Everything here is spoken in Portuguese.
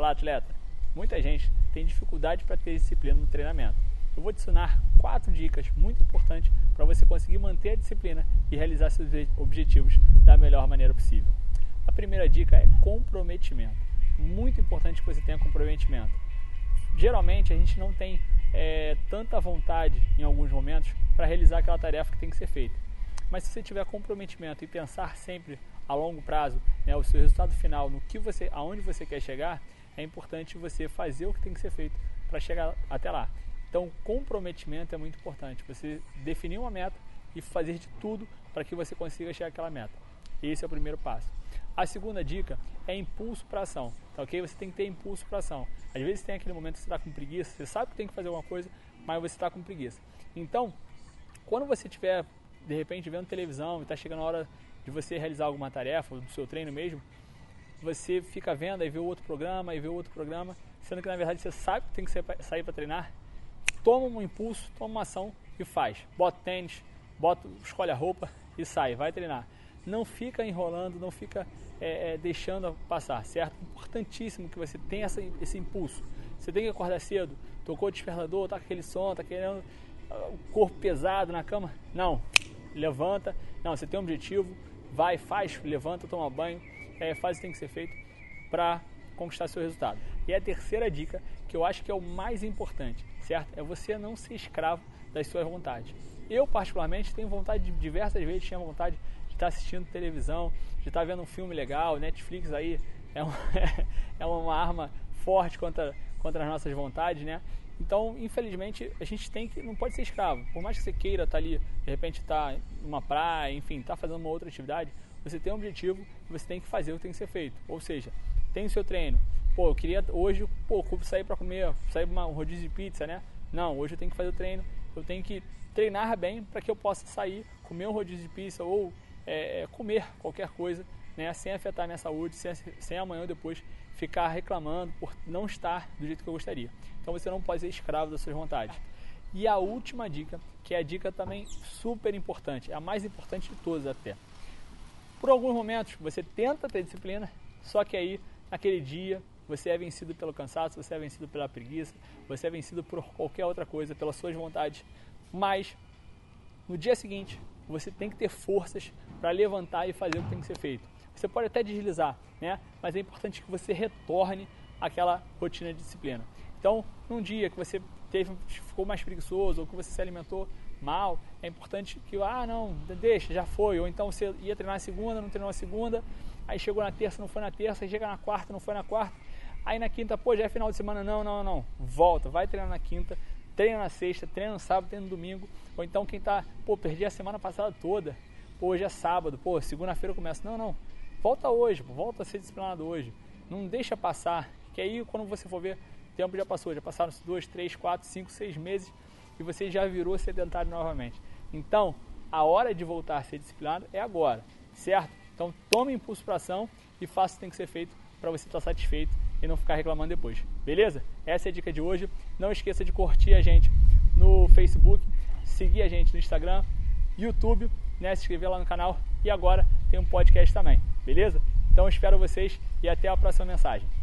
Olá, atleta! Muita gente tem dificuldade para ter disciplina no treinamento. Eu vou te ensinar 4 dicas muito importantes para você conseguir manter a disciplina e realizar seus objetivos da melhor maneira possível. A primeira dica é comprometimento. Muito importante que você tenha comprometimento. Geralmente a gente não tem tanta vontade em alguns momentos para realizar aquela tarefa que tem que ser feita. Mas se você tiver comprometimento e pensar sempre a longo prazo, né, o seu resultado final, aonde você quer chegar, é importante você fazer o que tem que ser feito para chegar até lá. Então, comprometimento é muito importante. Você definir uma meta e fazer de tudo para que você consiga chegar àquela meta. Esse é o primeiro passo. A segunda dica é impulso para ação, tá ok? Você tem que ter impulso para ação. Às vezes tem aquele momento que você está com preguiça, você sabe que tem que fazer alguma coisa, mas você está com preguiça. Então, quando você estiver, de repente, vendo televisão e está chegando a hora de você realizar alguma tarefa, do seu treino mesmo, você fica vendo, aí vê o outro programa, sendo que na verdade você sabe que tem que sair para treinar, toma um impulso, toma uma ação e faz. Bota tênis, escolhe a roupa e sai, vai treinar. Não fica enrolando, não fica deixando passar, certo? Importantíssimo que você tenha esse impulso. Você tem que acordar cedo, tocou o despertador, tá com aquele som, tá querendo o corpo pesado na cama. Não, levanta, não, você tem um objetivo, vai, faz, levanta, toma banho, faz o que tem que ser feito para conquistar seu resultado. E a terceira dica, que eu acho que é o mais importante, certo? É você não ser escravo das suas vontades. Eu, particularmente, tenho vontade diversas vezes, tinha vontade de estar assistindo televisão, de estar vendo um filme legal. Netflix aí é uma arma forte contra as nossas vontades, né? Então, infelizmente, a gente não pode ser escravo. Por mais que você queira estar ali, de repente estar numa praia, enfim, estar fazendo uma outra atividade, você tem um objetivo e você tem que fazer o que tem que ser feito. Ou seja, tem o seu treino. Pô, eu queria hoje sair para comer, sair para um rodízio de pizza, né? Não, hoje eu tenho que fazer o treino, eu tenho que treinar bem para que eu possa sair, comer um rodízio de pizza ou comer qualquer coisa, né? Sem afetar a minha saúde, sem amanhã ou depois ficar reclamando por não estar do jeito que eu gostaria. Então você não pode ser escravo das suas vontades. E a última dica, que é a dica também super importante, é a mais importante de todas até. Por alguns momentos você tenta ter disciplina, só que aí naquele dia você é vencido pelo cansaço, você é vencido pela preguiça, você é vencido por qualquer outra coisa, pelas suas vontades. Mas no dia seguinte você tem que ter forças para levantar e fazer o que tem que ser feito. Você pode até deslizar, né? Mas é importante que você retorne àquela rotina de disciplina. Então, num dia que você ficou mais preguiçoso ou que você se alimentou mal, é importante que, não, deixa, já foi. Ou então você ia treinar na segunda, não treinou na segunda, aí chegou na terça, não foi na terça, aí chega na quarta, não foi na quarta, aí na quinta, já é final de semana, não, volta, vai treinar na quinta, treina na sexta, treina no sábado, treina no domingo, ou então quem tá, perdi a semana passada toda, hoje é sábado, segunda-feira eu começo, não, volta hoje, volta a ser disciplinado hoje, não deixa passar, que aí quando você for ver, o tempo já passaram 2, 3, 4, 5, 6 meses e você já virou sedentário novamente. Então, a hora de voltar a ser disciplinado é agora, certo? Então, tome impulso para ação e faça o que tem que ser feito para você estar satisfeito e não ficar reclamando depois, beleza? Essa é a dica de hoje. Não esqueça de curtir a gente no Facebook, seguir a gente no Instagram, YouTube, né? Se inscrever lá no canal e agora tem um podcast também, beleza? Então, eu espero vocês e até a próxima mensagem.